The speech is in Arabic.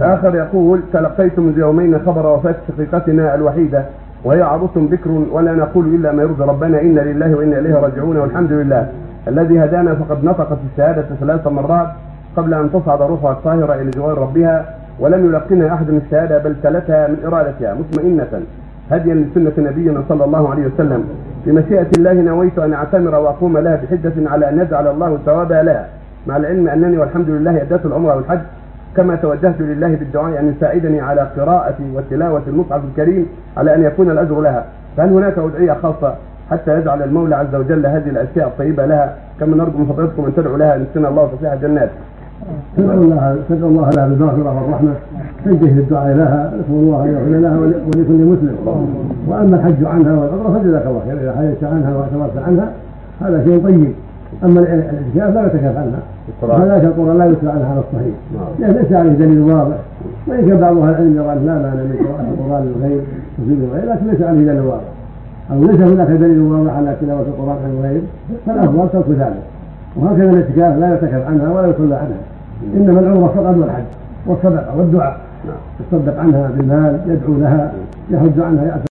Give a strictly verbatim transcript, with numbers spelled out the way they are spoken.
آخر يقول: تلقيت منذ يومين خبر وفاة شقيقتنا الوحيدة وهي عروس بكر، ولا نقول إلا ما يرضي ربنا، إنا لله وإنا إليه راجعون، والحمد لله الذي هدانا، فقد نطقت الشهادة ثلاث مرات قبل أن تصعد روحها الطاهرة إلى جوار ربها، ولم يلقنها أحد من الشهادة بل تلتها من إرادتها مطمئنة هديا لسنة نبينا صلى الله عليه وسلم. بمشيئة الله نويت أن أعتمر وأقوم لها بحجة على أن يجعل الله ثوابها لها، مع العلم أنني والحمد لله أديت العمرة والحج، كما توجهت لله بالدعاء أن يساعدني على قراءة وتلاوة المصحف الكريم على أن يكون الأجر لها. فهل هناك أدعية خاصة حتى يجعل المولى عز وجل هذه الأشياء الطيبة لها، كما نرجو من فضلكم أن تدعوا لها نسأل الله فسيح الجنات؟ تدعو الله تدعو الله لها بالمغفرة والرحمة، تنتهي الدعاء لها، نسأل الله أن يغفر لها ولكل مسلم. وأما الحج عنها والعمرة فجزاك الله خير، إذا حججت عنها واعتمرت عنها هذا شيء طيب. أما الاعتكاف لا يعتكف عنها، فذاك القرآن لا يتلى عنها على الصحيح، لأن ليس عليه دليل واضح، وإن كان بعض أهل العلم يرى لا مانع من قراءة القرآن الغير تفيد الغير، لكن ليس عليه دليل واضح، أو ليس هناك دليل واضح على تلاوة القرآن عن الغير، فالأفضل ترك ذلك. وهكذا الاعتكاف لا يعتكف عنها ولا يصلى عنها، إنما العمرة فقط والحج والصدقة والدعاء، يصدق عنها بالمال، يدعو لها، يحج عنها،